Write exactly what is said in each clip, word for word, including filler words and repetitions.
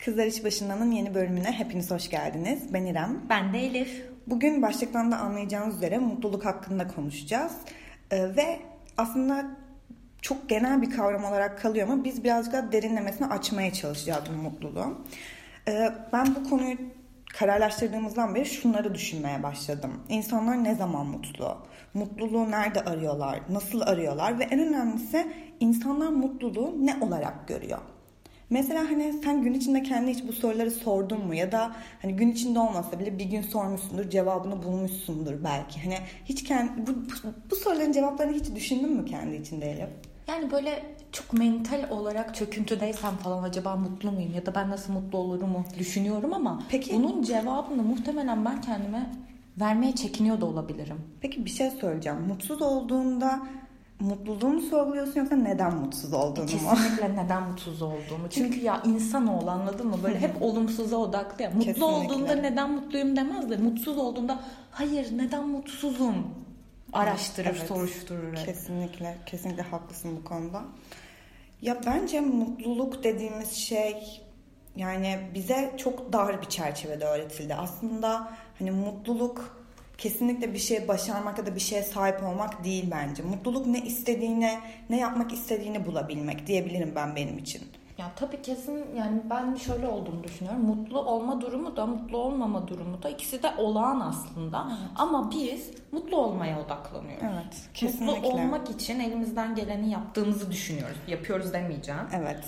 Kızlar İş Başında'nın yeni bölümüne hepiniz hoş geldiniz. Ben İrem. Ben de Elif. Bugün başlıktan da anlayacağınız üzere mutluluk hakkında konuşacağız. Ee, ve aslında çok genel bir kavram olarak kalıyor ama biz birazcık daha derinlemesine açmaya çalışacağız bu mutluluğu. Ee, ben bu konuyu kararlaştırdığımızdan beri şunları düşünmeye başladım. İnsanlar ne zaman mutlu? Mutluluğu nerede arıyorlar? Nasıl arıyorlar? Ve en önemlisi insanlar mutluluğu ne olarak görüyor? Mesela hani sen gün içinde kendi hiç bu soruları sordun mu? Ya da hani gün içinde olmasa bile bir gün sormuşsundur, cevabını bulmuşsundur belki. Hani hiç kendi, bu, bu, bu soruların cevaplarını hiç düşündün mü kendi içinde Elif? Yani böyle çok mental olarak çöküntüdeysem falan acaba mutlu muyum? Ya da ben nasıl mutlu olurumu düşünüyorum ama Peki, bunun cevabını muhtemelen ben kendime vermeye çekiniyor da olabilirim. Peki bir şey söyleyeceğim. Mutsuz olduğunda mutluluğunu sorguluyorsun yoksa neden mutsuz olduğunu mu? Kesinlikle neden mutsuz olduğumu. Çünkü ya insanoğlu, anladın mı? Böyle hep olumsuza odaklı ya. Mutlu Kesinlikle. olduğunda neden mutluyum demez de mutsuz olduğunda hayır neden mutsuzum araştırır, Evet, soruşturur. Kesinlikle, kesinlikle haklısın bu konuda. Ya bence mutluluk dediğimiz şey yani bize çok dar bir çerçevede öğretildi. Aslında hani mutluluk kesinlikle bir şeye başarmak ya da bir şeye sahip olmak değil bence. Mutluluk ne istediğine, ne yapmak istediğini bulabilmek diyebilirim ben benim için. Ya tabii kesin, yani ben şöyle olduğunu düşünüyorum. Mutlu olma durumu da mutlu olmama durumu da ikisi de olağan aslında. Evet. Ama biz mutlu olmaya odaklanıyoruz. Evet, kesinlikle. Mutlu olmak için elimizden geleni yaptığımızı düşünüyoruz. Yapıyoruz demeyeceğim. Evet.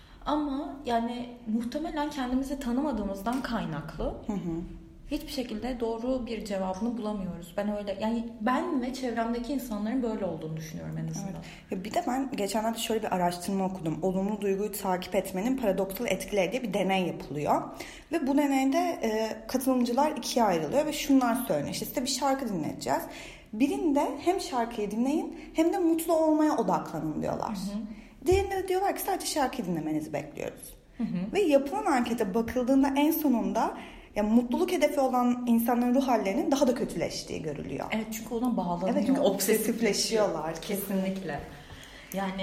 Ama yani muhtemelen kendimizi tanımadığımızdan kaynaklı. Hı hı. Hiçbir şekilde doğru bir cevabını bulamıyoruz. Ben öyle, yani ben ve çevremdeki insanların böyle olduğunu düşünüyorum en azından. Evet. Ya bir de ben geçenlerde şöyle bir araştırma okudum. Olumlu duyguyu takip etmenin paradoksal etkileri diye bir deney yapılıyor. Ve bu deneyde e, katılımcılar ikiye ayrılıyor ve şunlar söyleniyor. İşte size bir şarkı dinleteceğiz. Birinde hem şarkıyı dinleyin hem de mutlu olmaya odaklanın diyorlar. Hı hı. Diğerinde de diyorlar ki sadece şarkıyı dinlemenizi bekliyoruz. Hı hı. Ve yapılan ankete bakıldığında en sonunda yani mutluluk hedefi olan insanların ruh hallerinin daha da kötüleştiği görülüyor. Evet, çünkü ona bağlanıyor. Evet, çünkü obsesifleşiyorlar. Kesinlikle. Yani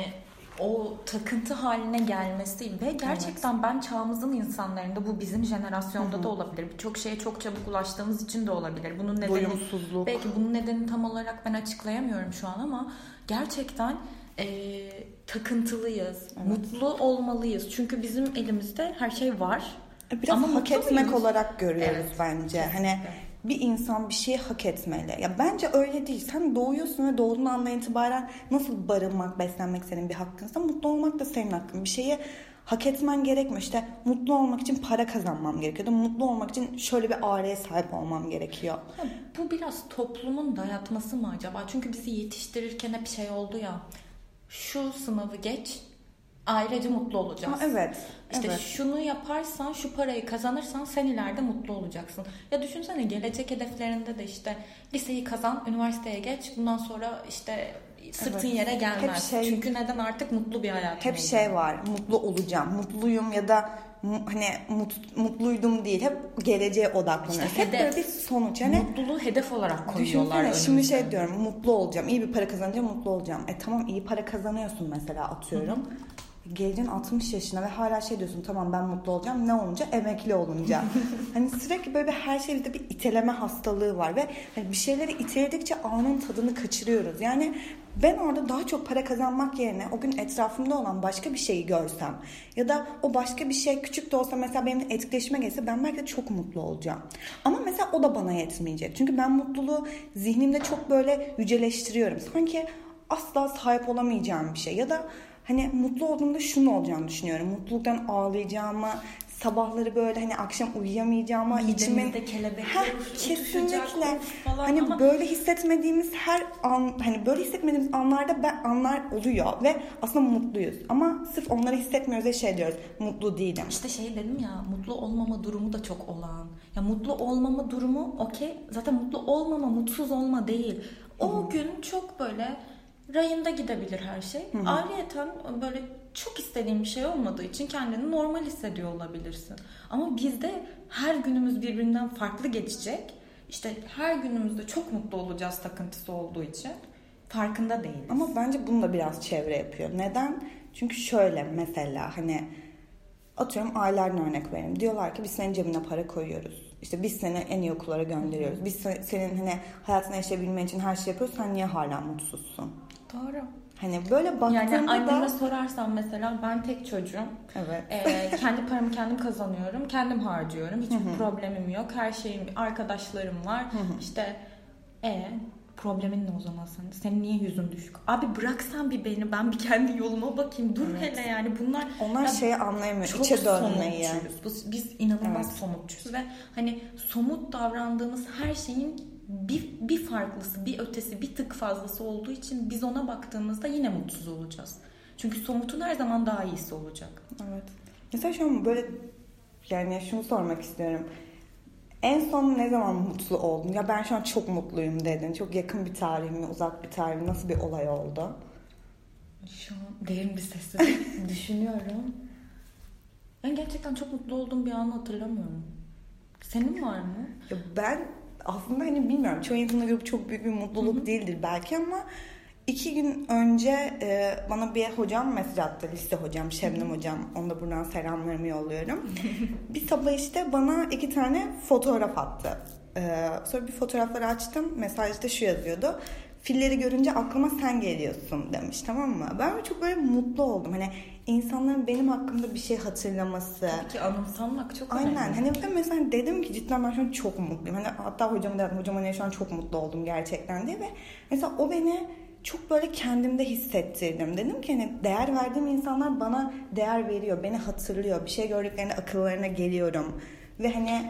o takıntı haline gelmesi ve gerçekten evet. Ben çağımızın insanlarında, bu bizim jenerasyonda Hı-hı. da olabilir. Birçok şeye çok çabuk ulaştığımız için de olabilir. Bunun nedeni, doyumsuzluk. Belki bunun nedenini tam olarak ben açıklayamıyorum şu an ama gerçekten e, takıntılıyız. Evet. Mutlu olmalıyız. Çünkü bizim elimizde her şey var. Biraz ama hak etmek muyuz? olarak görüyoruz Evet, bence. kesinlikle. Hani bir insan bir şeyi hak etmeli. Ya bence öyle değil. Sen doğuyorsun ve doğduğun andan itibaren nasıl barınmak, beslenmek senin bir hakkınsa, mutlu olmak da senin hakkın. Bir şeyi hak etmen gerekmiyor. İşte mutlu olmak için para kazanmam gerekiyor. Da mutlu olmak için şöyle bir aileye sahip olmam gerekiyor. Ya, bu biraz toplumun dayatması mı acaba? Çünkü bizi yetiştirirken hep şey oldu ya. Şu sınavı geç, ailece mutlu olacağız. Ha, evet. İşte evet. şunu yaparsan, şu parayı kazanırsan sen ileride mutlu olacaksın. Ya düşünsene, gelecek hedeflerinde de işte liseyi kazan, üniversiteye geç, bundan sonra işte sırtın evet. yere gelmez. Şey, Çünkü neden, artık mutlu bir hayatım Hep olacak. Şey var, mutlu olacağım, mutluyum ya da hani mut, mutluydum değil, hep geleceğe odaklanıyor. İşte hep hedef, böyle bir sonuç. Yani mutluluğu hedef olarak koyuyorlar önümüze. Şimdi şey diyorum, mutlu olacağım, iyi bir para kazanacağım, mutlu olacağım. E tamam, iyi para kazanıyorsun mesela, atıyorum. Hı-hı. Geleceksin altmış yaşına ve hala şey diyorsun, tamam ben mutlu olacağım, ne olunca? Emekli olunca. Hani sürekli böyle bir, her şeyde bir iteleme hastalığı var ve hani bir şeyleri iteledikçe anın tadını kaçırıyoruz. Yani ben orada daha çok para kazanmak yerine o gün etrafımda olan başka bir şeyi görsem ya da o başka bir şey küçük de olsa mesela benimle etkileşime geçse, ben belki de çok mutlu olacağım. Ama mesela o da bana yetmeyecek. Çünkü ben mutluluğu zihnimde çok böyle yüceleştiriyorum. Sanki asla sahip olamayacağım bir şey ya da hani mutlu olduğumda şunu olacağını düşünüyorum. Mutluluktan ağlayacağımı, sabahları böyle hani akşam uyuyamayacağımı, içimin kelebekler kesinlikle hani ama böyle hissetmediğimiz her an, hani böyle hissetmediğimiz anlarda ben anlar oluyor ve aslında mutluyuz. Ama sırf onları hissetmiyoruz ve şey diyoruz, mutlu değilim. İşte şey dedim ya, mutlu olmama durumu da çok olağan. Ya mutlu olmama durumu okey. Zaten mutlu olmama, mutsuz olma değil. O Hı-hı. gün çok böyle rayında gidebilir her şey. Hı hı. Ayrıyeten böyle çok istediğin bir şey olmadığı için kendini normal hissediyor olabilirsin. Ama bizde her günümüz birbirinden farklı geçecek. İşte her günümüzde çok mutlu olacağız takıntısı olduğu için farkında değiliz. Ama bence bunu da biraz çevre yapıyor. Neden? Çünkü şöyle mesela hani atıyorum ailelerden örnek verelim. Diyorlar ki biz senin cebine para koyuyoruz. İşte biz seni en iyi okullara gönderiyoruz. Biz senin hani hayatını yaşayabilmen için her şey yapıyoruz. Sen niye hala mutsuzsun? Doğru. Hani böyle baktığımda yani anneme da... sorarsan mesela ben tek çocuğum. Evet. Ee, kendi paramı kendim kazanıyorum. Kendim harcıyorum. Hiçbir Hı-hı. problemim yok. Her şeyim, arkadaşlarım var. Hı-hı. İşte e problemin ne o zaman senin? Senin niye yüzün düşük? Abi bıraksan bir beni, ben bir kendi yoluma bakayım. Dur evet. hele yani bunlar. Onlar şeyi anlayamıyor. İçe dönmeyi. Biz, biz inanılmaz evet. somutçuyuz ve hani somut davrandığımız her şeyin bir, bir farklısı, bir ötesi, bir tık fazlası olduğu için biz ona baktığımızda yine mutsuz olacağız. Çünkü somutun her zaman daha iyisi olacak. Evet. Mesela şu an böyle yani şunu sormak istiyorum. En son ne zaman mutlu oldun? Ya ben şu an çok mutluyum dedin. Çok yakın bir tarih mi, uzak bir tarih mi? Nasıl bir olay oldu? Şu an derin bir sesle düşünüyorum. Ben gerçekten çok mutlu olduğum bir anı hatırlamıyorum. Senin var mı? Ya ben aslında hani bilmiyorum. Çoğu insanın göre çok büyük bir mutluluk Hı-hı. değildir belki ama iki gün önce e, bana bir hocam mesaj attı. Lise hocam, Şebnem hocam. Ona da buradan selamlarımı yolluyorum. Bir sabah işte bana iki tane fotoğraf attı. E, sonra bir fotoğrafları açtım. Mesajda şu yazıyordu. Filleri görünce aklıma sen geliyorsun demiş, tamam mı? Ben çok böyle mutlu oldum. Hani insanların benim hakkımda bir şey hatırlaması. Tabii ki anımsanmak çok Aynen. önemli. Aynen. Hani ben mesela dedim ki cidden ben şu an çok mutluyum. Hani hatta hocama dedim, hocam hani şu an çok mutlu oldum gerçekten diye. Ve mesela o beni çok böyle kendimde hissettirdim. Dedim ki hani değer verdiğim insanlar bana değer veriyor. Beni hatırlıyor. Bir şey gördüklerinde akıllarına geliyorum. Ve hani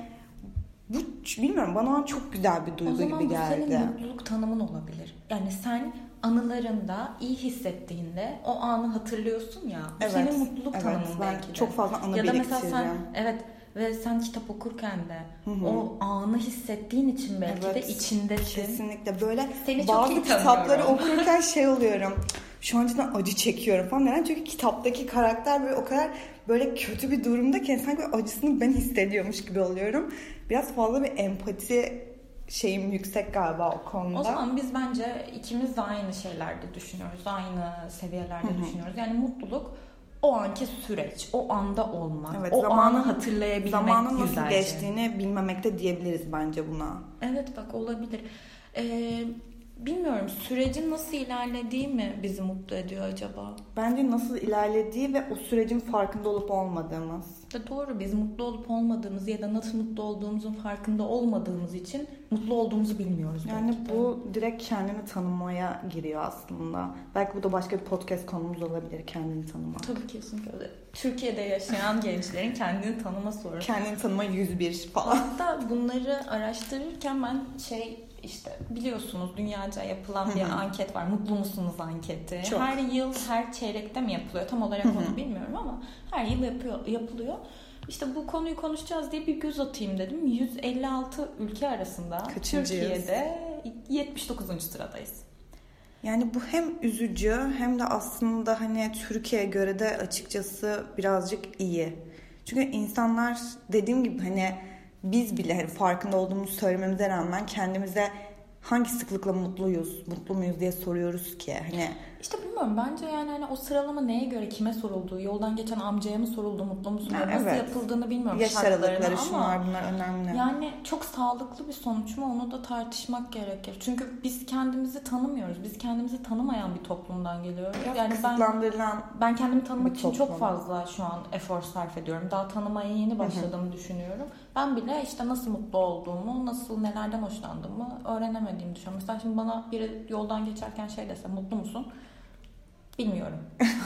bu bilmiyorum bana çok güzel bir duygu gibi geldi. O zaman bu senin mutluluk tanımın olabilir. Yani sen anılarında iyi hissettiğinde o anı hatırlıyorsun ya. Bu evet, senin mutluluk evet, tanımın belki de. Çok fazla anı ya biriktiririm. Ya da mesela sen evet ve sen kitap okurken de Hı-hı. o anı hissettiğin için belki evet, de içindesin. Kesinlikle böyle Seni bazı kitapları okurken şey oluyorum. Şu an cidden acı çekiyorum falan. Neden? Çünkü kitaptaki karakter böyle o kadar böyle kötü bir durumda ki sanki acısını ben hissediyormuş gibi oluyorum. Biraz fazla bir empati şeyim yüksek galiba o konuda. O zaman biz bence ikimiz de aynı şeylerde düşünüyoruz. Aynı seviyelerde Hı-hı. düşünüyoruz. Yani mutluluk o anki süreç, o anda olmak, evet, o zamanın, anı hatırlayabilmek zamanın güzelce. Zamanın nasıl geçtiğini bilmemekte diyebiliriz bence buna. Evet bak olabilir. Ee, bilmiyorum sürecin nasıl ilerlediği mi bizi mutlu ediyor acaba? Bence nasıl ilerlediği ve o sürecin farkında olup olmadığımız. De doğru biz mutlu olup olmadığımız ya da nasıl mutlu olduğumuzun farkında olmadığımız için mutlu olduğumuzu bilmiyoruz. Yani bu direkt kendini tanımaya giriyor aslında. Belki bu da başka bir podcast konumuz olabilir, kendini tanımak. Tabii kesinlikle öyle. Türkiye'de yaşayan gençlerin kendini tanıma sorusu. Kendini tanıma yüz bir falan. Hatta bunları araştırırken ben şey işte biliyorsunuz dünyaca yapılan bir anket var. Mutlu musunuz anketi. Çok. Her yıl her çeyrekte mi yapılıyor? Tam olarak onu bilmiyorum ama her yıl yapıyor, yapılıyor. İşte bu konuyu konuşacağız diye bir göz atayım dedim. yüz elli altı ülke arasında Kaçıncıyız? Türkiye'de yetmiş dokuzuncu sıradayız. Yani bu hem üzücü hem de aslında hani Türkiye'ye göre de açıkçası birazcık iyi. Çünkü insanlar dediğim gibi hani biz bile hani farkında olduğumuzu söylememize rağmen kendimize hangi sıklıkla mutluyuz, mutlu muyuz diye soruyoruz ki. Hani İşte bilmiyorum bence yani hani o sıralama neye göre kime sorulduğu, yoldan geçen amcaya mı soruldu, mutlu musun? Yani nasıl evet. yapıldığını bilmiyorum. Yaş aralıkları şunlar bunlar önemli. Yani çok sağlıklı bir sonuç mu onu da tartışmak gerekir. Çünkü biz kendimizi tanımıyoruz. Biz kendimizi tanımayan bir toplumdan geliyoruz. Biraz yani ben ben kendimi tanımak için çok fazla şu an efor sarf ediyorum. Daha tanımaya yeni başladığımı düşünüyorum. Ben bile işte nasıl mutlu olduğumu, nasıl nelerden hoşlandığımı öğrenemediğimi düşünüyorum. Mesela şimdi bana biri yoldan geçerken şey dese mutlu musun? Bilmiyorum.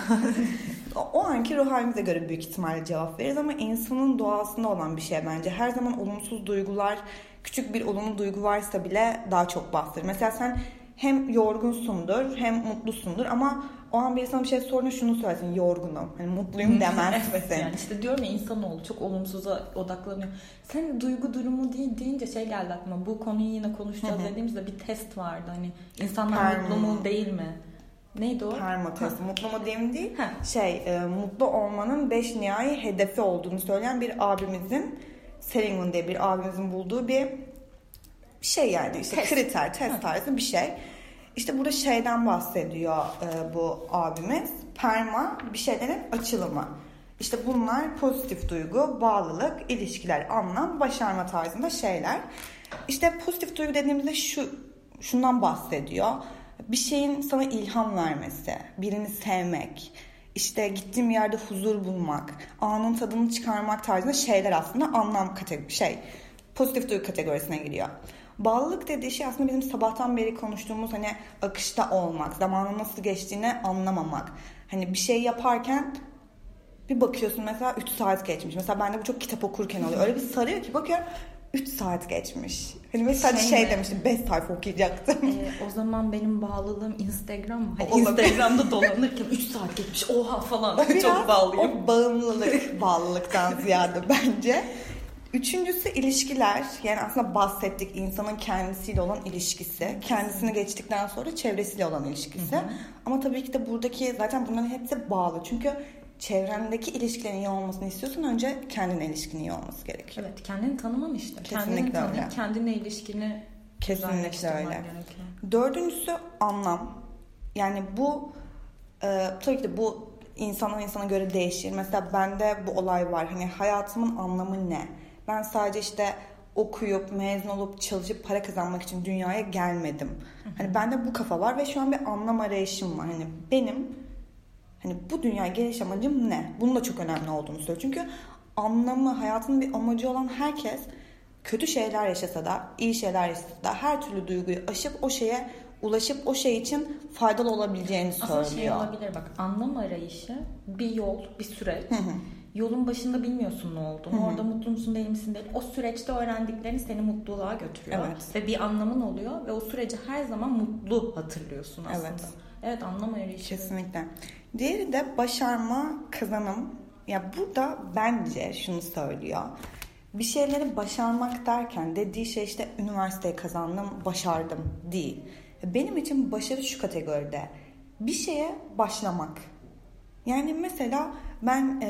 O anki ruh halimize göre büyük ihtimalle cevap veririz ama insanın doğasında olan bir şey bence. Her zaman olumsuz duygular, küçük bir olumlu duygu varsa bile daha çok bastırır. Mesela sen hem yorgunsundur hem mutlusundur ama o an biri sana bir şey sorduğunda şunu söylesin, yorgunum. Hani mutluyum demezsin. Evet yani işte diyorum ya insanoğlu çok olumsuza odaklanıyor. Sen duygu durumu değil deyince şey geldi aklıma. Bu konuyu yine konuşacağız dediğimizde bir test vardı. Hani insanlar Perm. mutlu mu değil mi? Neydi o? Perma testi. Mutlu mu değil mi değil? Şey, e, mutlu olmanın beş nihai hedefi olduğunu söyleyen bir abimizin, Seligman diye bir abimizin bulduğu bir şey yani işte test. kriter, test Hı. tarzı bir şey. İşte burada şeyden bahsediyor e, bu abimiz. Perma bir şeylerin açılımı. İşte bunlar pozitif duygu, bağlılık, ilişkiler, anlam, başarma tarzında şeyler. İşte pozitif duygu dediğimizde şu şundan bahsediyor. Bir şeyin sana ilham vermesi, birini sevmek, işte gittiğim yerde huzur bulmak, anın tadını çıkarmak tarzında şeyler aslında anlam kategori şey pozitif duygu kategorisine giriyor. Bağlılık dediği şey aslında bizim sabahtan beri konuştuğumuz hani akışta olmak, zamanın nasıl geçtiğini anlamamak. Hani bir şey yaparken bir bakıyorsun mesela üç saat geçmiş. Mesela bende bu çok kitap okurken oluyor. Öyle bir sarıyor ki bakıyorum üç saat geçmiş. Hani mesela şey, şey demiştim beş sayfa okuyacaktım. Ee, o zaman benim bağlılığım Instagram mı? Hani Olabilir. Instagram'da dolanırken üç saat geçmiş oha falan. Biraz Çok bağlıyım. O bağımlılık bağlılıktan ziyade bence. Üçüncüsü ilişkiler. Yani aslında bahsettik insanın kendisiyle olan ilişkisi. Kendisini geçtikten sonra çevresiyle olan ilişkisi. Hı hı. Ama tabii ki de buradaki zaten bunların hepsi bağlı. Çünkü çevrendeki ilişkilerin iyi olmasını istiyorsan önce kendine ilişkinin iyi olması gerekiyor. Evet, kendini tanıman işte. Kesinlikle kendini tanıyıp öyle. kendine ilişkini kesinlikle öyle. Gerekiyor. Dördüncüsü anlam. Yani bu e, tabii ki de bu insandan insana göre değişir. Mesela bende bu olay var. Hani hayatımın anlamı ne? Ben sadece işte okuyup, mezun olup, çalışıp para kazanmak için dünyaya gelmedim. Hı hı. Hani bende bu kafa var ve şu an bir anlam arayışım var. Hani benim hani bu dünyaya geliş amacım ne? Bunun da çok önemli olduğunu söylüyor. Çünkü anlamı, hayatının bir amacı olan herkes kötü şeyler yaşasa da, iyi şeyler yaşasa da her türlü duyguyu aşıp o şeye ulaşıp o şey için faydalı olabileceğini söylüyor. Aslında şey olabilir bak, anlam arayışı bir yol, bir süreç. Hı hı. Yolun başında bilmiyorsun ne olduğunu. Hı hı. Orada mutlu musun değil misin değil. O süreçte öğrendiklerini seni mutluluğa götürüyor. Evet. Ve bir anlamın oluyor ve o süreci her zaman mutlu hatırlıyorsun aslında. Evet. Evet, anlam arayışı. Kesinlikle. Diğeri de başarma, kazanım. Ya burada bence şunu söylüyor. Bir şeyleri başarmak derken dediği şey işte üniversiteyi kazandım, başardım değil. Benim için başarı şu kategoride. Bir şeye başlamak. Yani mesela ben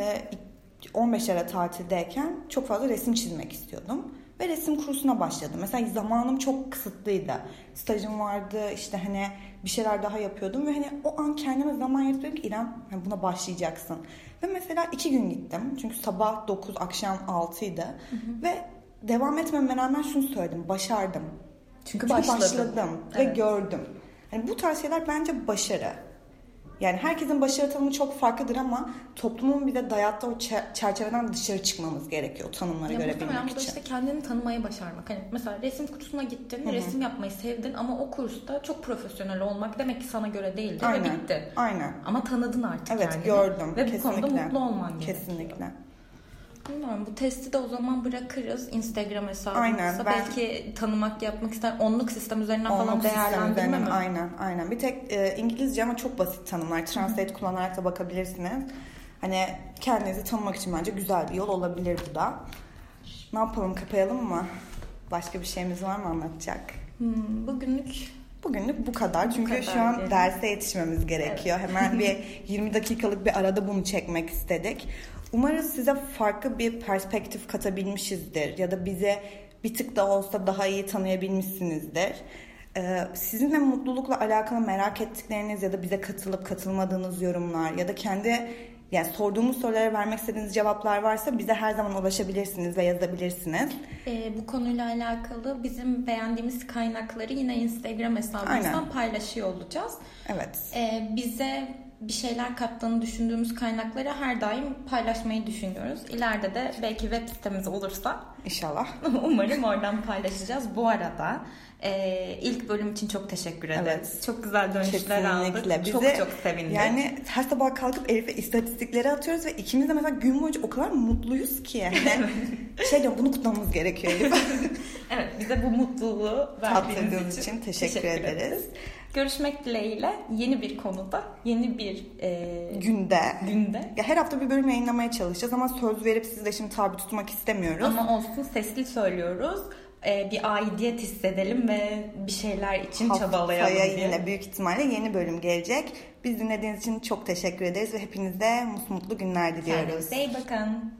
on beş ara tatildeyken çok fazla resim çizmek istiyordum. Ve resim kursuna başladım. Mesela zamanım çok kısıtlıydı. Stajım vardı, işte hani bir şeyler daha yapıyordum. Ve hani o an kendime zaman yaratıyorum ki İrem hani buna başlayacaksın. Ve mesela iki gün gittim. Çünkü sabah dokuz, akşam altıydı. Hı hı. Ve devam etmeme rağmen şunu söyledim, başardım. Çünkü, Çünkü başladım evet. Ve gördüm. Hani bu tarz şeyler bence başarı. Yani herkesin başarı tanımı çok farklıdır ama toplumun bir de dayattığı o çerçeveden dışarı çıkmamız gerekiyor o tanımlara ya göre bilmek için. Bu da işte kendini tanımayı başarmak. Hani mesela resim kursuna gittin, Hı-hı. resim yapmayı sevdin ama o kursta çok profesyonel olmak demek ki sana göre değildi Aynen. ve bitti. Aynen. Ama tanıdın artık evet, kendini. gördüm. Ve Kesinlikle. bu konuda mutlu olman gerekiyor. Kesinlikle. Bilmiyorum, bu testi de o zaman bırakırız Instagram hesabımızda. Aynen, ben... Belki tanımak yapmak ister. Onluk sistem üzerinden Onluk falan değerlendirme mi? Aynen, aynen. Bir tek e, İngilizce ama çok basit tanımlar. Translate Hı-hı. kullanarak da bakabilirsiniz. Hani kendinizi tanımak için bence güzel bir yol olabilir bu da. Ne yapalım, kapayalım mı? Başka bir şeyimiz var mı anlatacak? Hmm, bugünlük Bugünlük bu kadar. Çünkü bu kadar şu an diyelim. derse yetişmemiz gerekiyor. Evet. Hemen bir yirmi dakikalık bir arada bunu çekmek istedik. Umarız size farklı bir perspektif katabilmişizdir. Ya da bize bir tık da olsa daha iyi tanıyabilmişsinizdir. Ee, sizinle mutlulukla alakalı merak ettikleriniz ya da bize katılıp katılmadığınız yorumlar ya da kendi yani sorduğumuz sorulara vermek istediğiniz cevaplar varsa bize her zaman ulaşabilirsiniz ve yazabilirsiniz. Ee, bu konuyla alakalı bizim beğendiğimiz kaynakları yine Instagram hesabımızdan Aynen. paylaşıyor olacağız. Evet. Ee, bize bir şeyler kattığını düşündüğümüz kaynakları her daim paylaşmayı düşünüyoruz. İleride de belki web sitemiz olursa İnşallah. umarım oradan paylaşacağız. Bu arada e, ilk bölüm için çok teşekkür ederiz. Evet. Çok güzel dönüşler aldık. Bize, çok çok sevindik. Yani her sabah kalkıp Elif'e istatistikleri atıyoruz ve ikimiz de mesela gün boyunca o kadar mutluyuz ki. Yani şey diyorum, bunu kutlamamız gerekiyor Elif. Evet, bize bu mutluluğu verdiğiniz için, için teşekkür, teşekkür ederiz. ederiz. Görüşmek dileğiyle yeni bir konuda, yeni bir e, günde. günde. Ya her hafta bir bölüm yayınlamaya çalışacağız ama söz verip sizi de şimdi tabi tutmak istemiyoruz. Ama olsun, sesli söylüyoruz. E, bir aidiyet hissedelim ve bir şeyler için Haftaya çabalayalım diye. Haftaya yine büyük ihtimalle yeni bölüm gelecek. Biz dinlediğiniz için çok teşekkür ederiz ve hepinize mutlu mutlu günler diliyoruz. Kendinize iyi bakın.